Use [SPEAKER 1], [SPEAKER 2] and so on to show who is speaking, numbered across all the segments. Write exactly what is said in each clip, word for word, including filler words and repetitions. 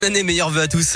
[SPEAKER 1] L'année meilleure vœux à tous.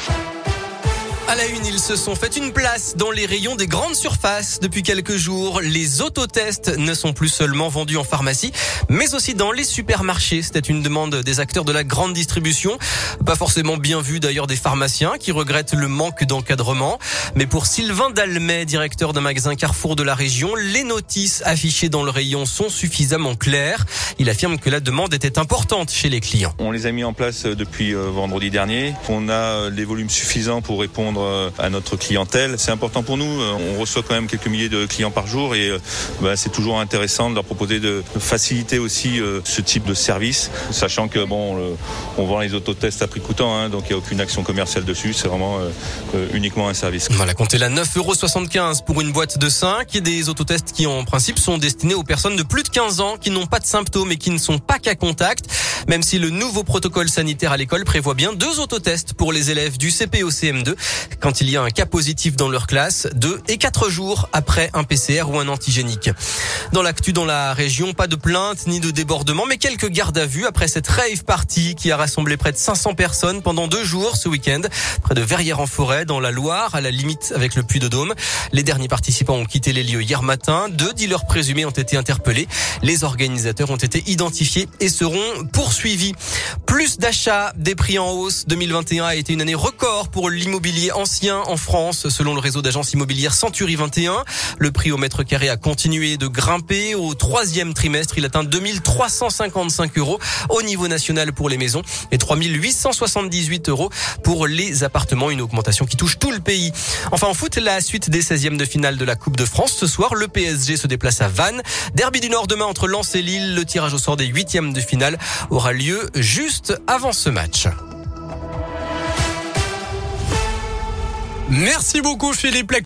[SPEAKER 1] À la une, ils se sont fait une place dans les rayons des grandes surfaces. Depuis quelques jours, les autotests ne sont plus seulement vendus en pharmacie, mais aussi dans les supermarchés. C'était une demande des acteurs de la grande distribution. Pas forcément bien vu d'ailleurs des pharmaciens qui regrettent le manque d'encadrement. Mais pour Sylvain Dalmet, directeur d'un magasin Carrefour de la région, les notices affichées dans le rayon sont suffisamment claires. Il affirme que la demande était importante chez les clients.
[SPEAKER 2] On les a mis en place depuis vendredi dernier. On a les volumes suffisants pour répondre à notre clientèle. C'est important pour nous. On reçoit quand même quelques milliers de clients par jour et bah, c'est toujours intéressant de leur proposer de faciliter aussi euh, ce type de service, sachant que bon, le, on vend les autotests à prix coûtant, hein, donc il n'y a aucune action commerciale dessus. C'est vraiment euh, uniquement un service.
[SPEAKER 1] Voilà, comptez là neuf euros soixante-quinze pour une boîte de cinq et des autotests qui en principe sont destinés aux personnes de plus de quinze ans qui n'ont pas de symptômes et qui ne sont pas cas contact. Même si le nouveau protocole sanitaire à l'école prévoit bien deux autotests pour les élèves du C P au C M deux. Quand il y a un cas positif dans leur classe, deux et quatre jours après un P C R ou un antigénique. Dans l'actu dans la région, pas de plainte ni de débordement, mais quelques gardes à vue après cette rave party qui a rassemblé près de cinq cents personnes pendant deux jours ce week-end, près de Verrières-en-Forêt, dans la Loire, à la limite avec le Puy-de-Dôme. Les derniers participants ont quitté les lieux hier matin. Deux dealers présumés ont été interpellés. Les organisateurs ont été identifiés et seront poursuivis. Plus d'achats, des prix en hausse. deux mille vingt et un a été une année record pour l'immobilier ancien en France, selon le réseau d'agences immobilières Century vingt et un. Le prix au mètre carré a continué de grimper. Au troisième trimestre, il atteint deux mille trois cent cinquante-cinq euros au niveau national pour les maisons et trois mille huit cent soixante-dix-huit euros pour les appartements. Une augmentation qui touche tout le pays. Enfin, en foot, la suite des seizièmes de finale de la Coupe de France. Ce soir, le P S G se déplace à Vannes. Derby du Nord demain entre Lens et Lille. Le tirage au sort des huitièmes de finale aura lieu juste avant ce match. Merci beaucoup Philippe.